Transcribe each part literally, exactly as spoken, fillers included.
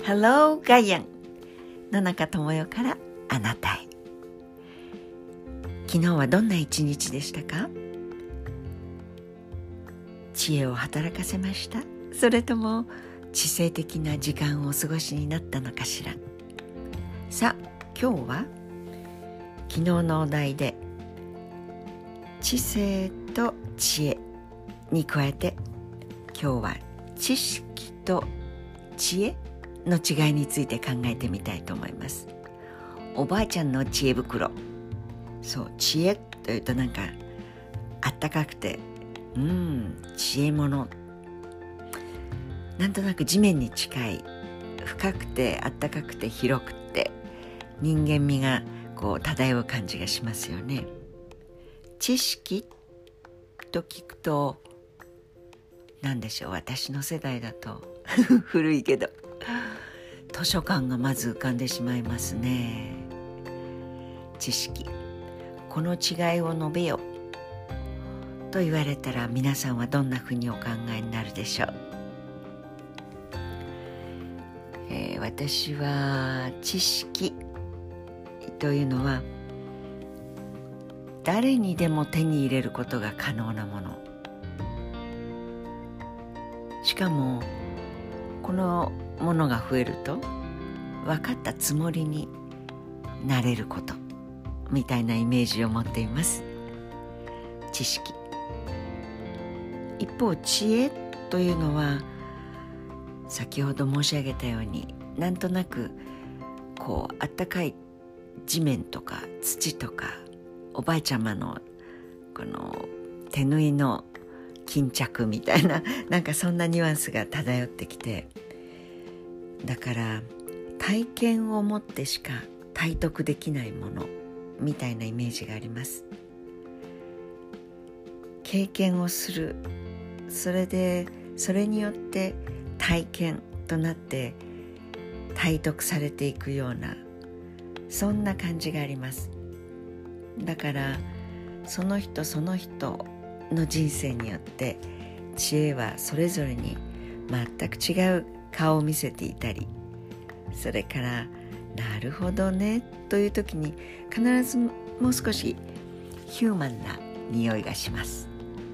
Hello ガイアン野中智代からあなたへ。昨日はどんな一日でしたか？知恵を働かせました？それとも知性的な時間をお過ごしになったのかしら。さあ今日は昨日のお題で知性と知恵に加えて、今日は知識と知恵の違いについて考えてみたいと思います。おばあちゃんの知恵袋。そう、知恵というとなんかあったかくて、うん知恵者、なんとなく地面に近い、深くてあったかくて広くて人間味がこう漂う感じがしますよね。知識と聞くと何でしょう、私の世代だと古いけど図書館がまず浮かんでしまいますね。知識、この違いを述べよと言われたら皆さんはどんなふうにお考えになるでしょう。えー、私は知識というのは誰にでも手に入れることが可能なもの、しかもこのものが増えると分かったつもりになれることみたいなイメージを持っています。知識。一方知恵というのは先ほど申し上げたように、なんとなくこうあったかい地面とか土とかおばあちゃまのこの手縫いの巾着みたいな、なんかそんなニュアンスが漂ってきて、だから体験をもってしか体得できないものみたいなイメージがあります。経験をする、それでそれによって体験となって体得されていくような、そんな感じがあります。だからその人その人の人生によって知恵はそれぞれに全く違う顔を見せていたり、それからなるほどねという時に必ずもう少しヒューマンな匂いがします。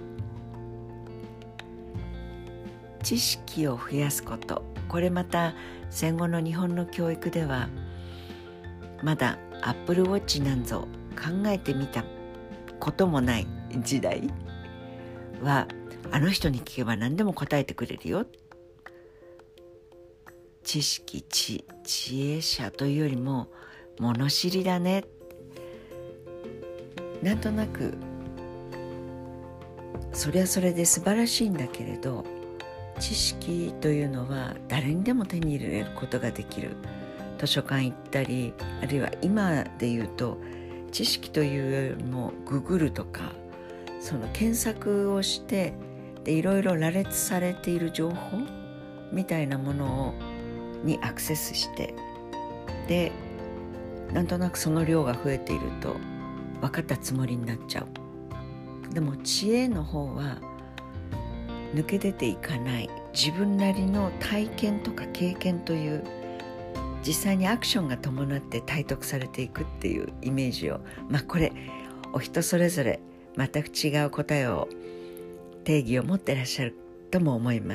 知識を増やすこと、これまた戦後の日本の教育ではまだアップルウォッチなんぞ考えてみたこともない時代は、あの人に聞けば何でも答えてくれるよ。知識、知、知恵者というよりも物知りだね。なんとなくそれはそれで素晴らしいんだけれど、知識というのは誰にでも手に入れることができる。図書館行ったり、あるいは今で言うと知識というよりもググるとか、その検索をしてでいろいろ羅列されている情報みたいなものをにアクセスして、でなんとなくその量が増えていると分かったつもりになっちゃう。でも知恵の方は抜け出ていかない、自分なりの体験とか経験という実際にアクションが伴って体得されていくっていうイメージを、まあこれお人それぞれ全く違う答えを定義を持ってらっしゃるとも思います。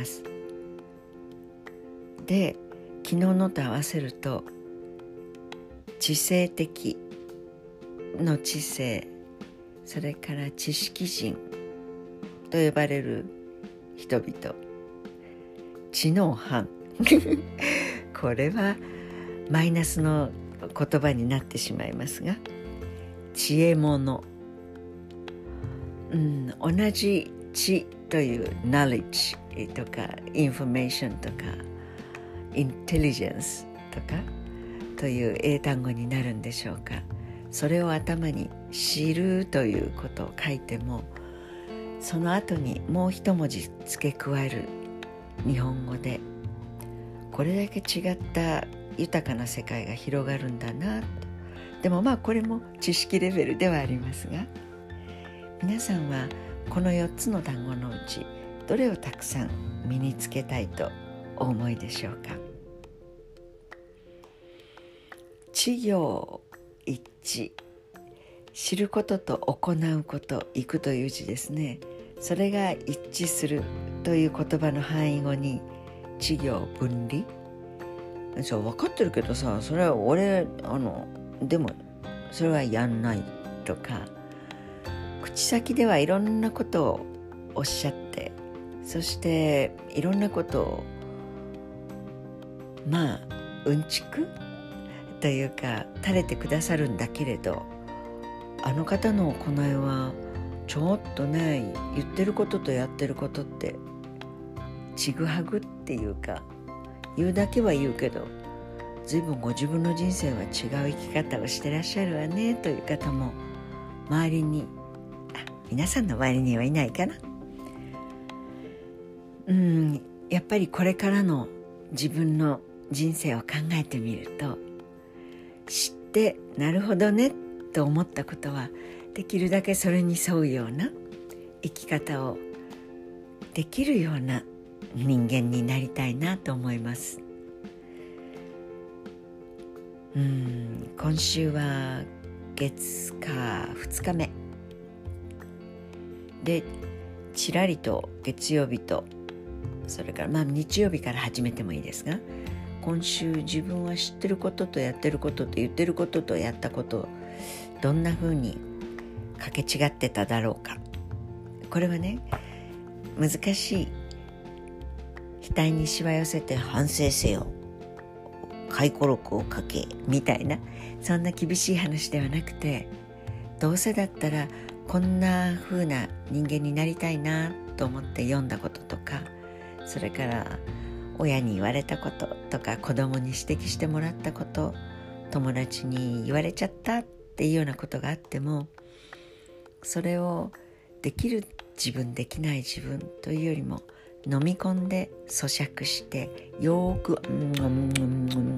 で昨日のと合わせると、知性的の知性、それから知識人と呼ばれる人々、知能犯これはマイナスの言葉になってしまいますが、知恵者、うん、同じ知という knowledge とか information とか intelligence とかという英単語になるんでしょうか。それを頭に知るということを書いても、その後にもう一文字付け加える日本語で、これだけ違った豊かな世界が広がるんだなと。でもまあこれも知識レベルではありますが、皆さんはこのよっつの単語のうちどれをたくさん身につけたいとお思いでしょうか。 知行一致、知ることと行うこと、行くという字ですね。それが一致するという言葉の範囲語に、知行分離。そう分かってるけどさ、それは俺あのでもそれはやんないとか、口先ではいろんなことをおっしゃって、そしていろんなことをまあうんちくというか垂れてくださるんだけれど、あの方の行いはちょっとね、言ってることとやってることってちぐはぐっていうか、言うだけは言うけど随分ご自分の人生は違う生き方をしてらっしゃるわねという方も周りに、あ、皆さんの周りにはいないかな。うん、やっぱりこれからの自分の人生を考えてみると、知ってなるほどねと思ったことはできるだけそれに沿うような生き方をできるような人間になりたいなと思います。うーん今週は月火ふつかめで、ちらりと月曜日と、それからまあ日曜日から始めてもいいですが、今週自分は知ってることとやってることと言ってることとやったこと、どんな風にかけ違ってただろうか。これはね、難しい、額にしわ寄せて反省せよ、回顧録を書けみたいな、そんな厳しい話ではなくて、どうせだったらこんな風な人間になりたいなと思って読んだこととか、それから親に言われたこととか、子供に指摘してもらったこと、友達に言われちゃったっていうようなことがあっても、それをできる自分できない自分というよりも、飲み込んで咀嚼してよーく、うんうんうん、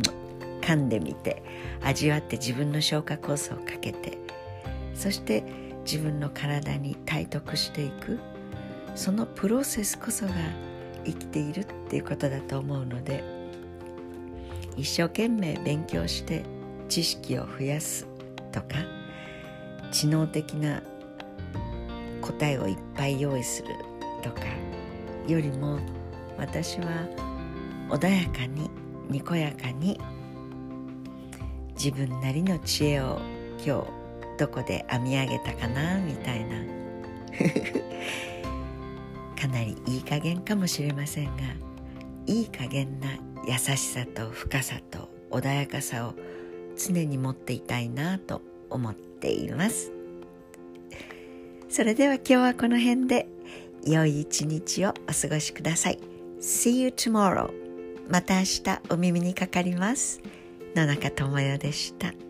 噛んでみて味わって、自分の消化酵素をかけて、そして自分の体に体得していく、そのプロセスこそが生きているっていうことだと思うので、一生懸命勉強して知識を増やすとか、知能的な答えをいっぱい用意するとかよりも、私は穏やかににこやかに自分なりの知恵を今日どこで編み上げたかなみたいなかなりいい加減かもしれませんが、いい加減な優しさと深さと穏やかさを常に持っていたいなと思っています。それでは今日はこの辺で、良い一日をお過ごしください。 See you tomorrow。 また明日お耳にかかります。野中智代でした。